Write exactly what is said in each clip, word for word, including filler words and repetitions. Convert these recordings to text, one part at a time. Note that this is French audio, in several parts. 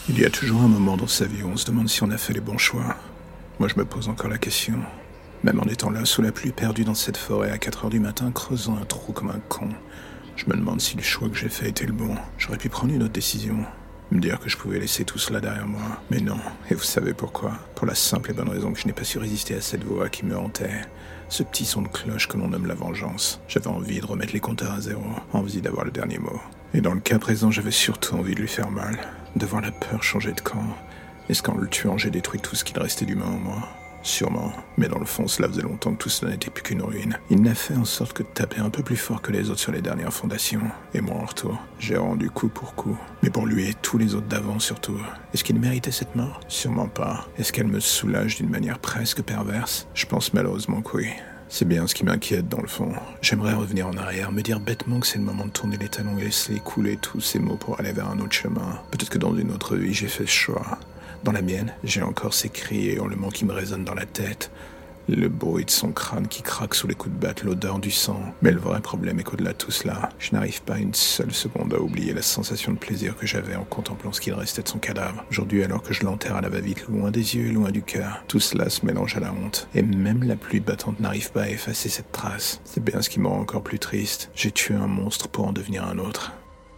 Il y a toujours un moment dans sa vie où on se demande si on a fait les bons choix. Moi, je me pose encore la question. Même en étant là, sous la pluie, perdu dans cette forêt à quatre heures du matin, creusant un trou comme un con, je me demande si le choix que j'ai fait était le bon. J'aurais pu prendre une autre décision. Me dire que je pouvais laisser tout cela derrière moi. Mais non, et vous savez pourquoi? Pour la simple et bonne raison que je n'ai pas su résister à cette voix qui me hantait. Ce petit son de cloche que l'on nomme la vengeance. J'avais envie de remettre les compteurs à zéro, envie d'avoir le dernier mot. Et dans le cas présent, j'avais surtout envie de lui faire mal, de voir la peur changer de camp. Est-ce qu'en le tuant, j'ai détruit tout ce qu'il restait d'humain en moi? Sûrement, mais dans le fond, cela faisait longtemps que tout cela n'était plus qu'une ruine. Il n'a fait en sorte que de taper un peu plus fort que les autres sur les dernières fondations. Et moi, en retour, j'ai rendu coup pour coup. Mais pour lui et tous les autres d'avant surtout. Est-ce qu'il méritait cette mort? Sûrement pas. Est-ce qu'elle me soulage d'une manière presque perverse? Je pense malheureusement que oui. C'est bien ce qui m'inquiète dans le fond. J'aimerais revenir en arrière, me dire bêtement que c'est le moment de tourner les talons et laisser couler tous ces mots pour aller vers un autre chemin. Peut-être que dans une autre vie, j'ai fait ce choix. Dans la mienne, j'ai encore ces cris et hurlements qui me résonnent dans la tête. Le bruit de son crâne qui craque sous les coups de batte, l'odeur du sang. Mais le vrai problème est qu'au-delà de tout cela, je n'arrive pas une seule seconde à oublier la sensation de plaisir que j'avais en contemplant ce qu'il restait de son cadavre. Aujourd'hui, alors que je l'enterre à la va-vite, loin des yeux et loin du cœur, tout cela se mélange à la honte. Et même la pluie battante n'arrive pas à effacer cette trace. C'est bien ce qui me rend encore plus triste. J'ai tué un monstre pour en devenir un autre.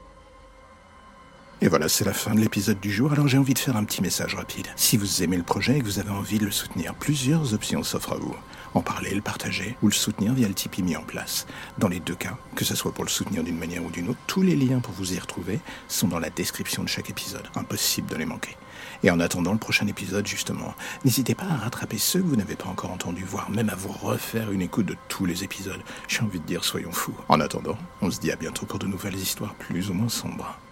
Et voilà, c'est la fin de l'épisode du jour, alors j'ai envie de faire un petit message rapide. Si vous aimez le projet et que vous avez envie de le soutenir, plusieurs options s'offrent à vous. En parler, le partager ou le soutenir via le Tipeee mis en place. Dans les deux cas, que ce soit pour le soutenir d'une manière ou d'une autre, tous les liens pour vous y retrouver sont dans la description de chaque épisode. Impossible de les manquer. Et en attendant le prochain épisode, justement, n'hésitez pas à rattraper ceux que vous n'avez pas encore entendus, voire même à vous refaire une écoute de tous les épisodes. J'ai envie de dire, soyons fous. En attendant, on se dit à bientôt pour de nouvelles histoires plus ou moins sombres.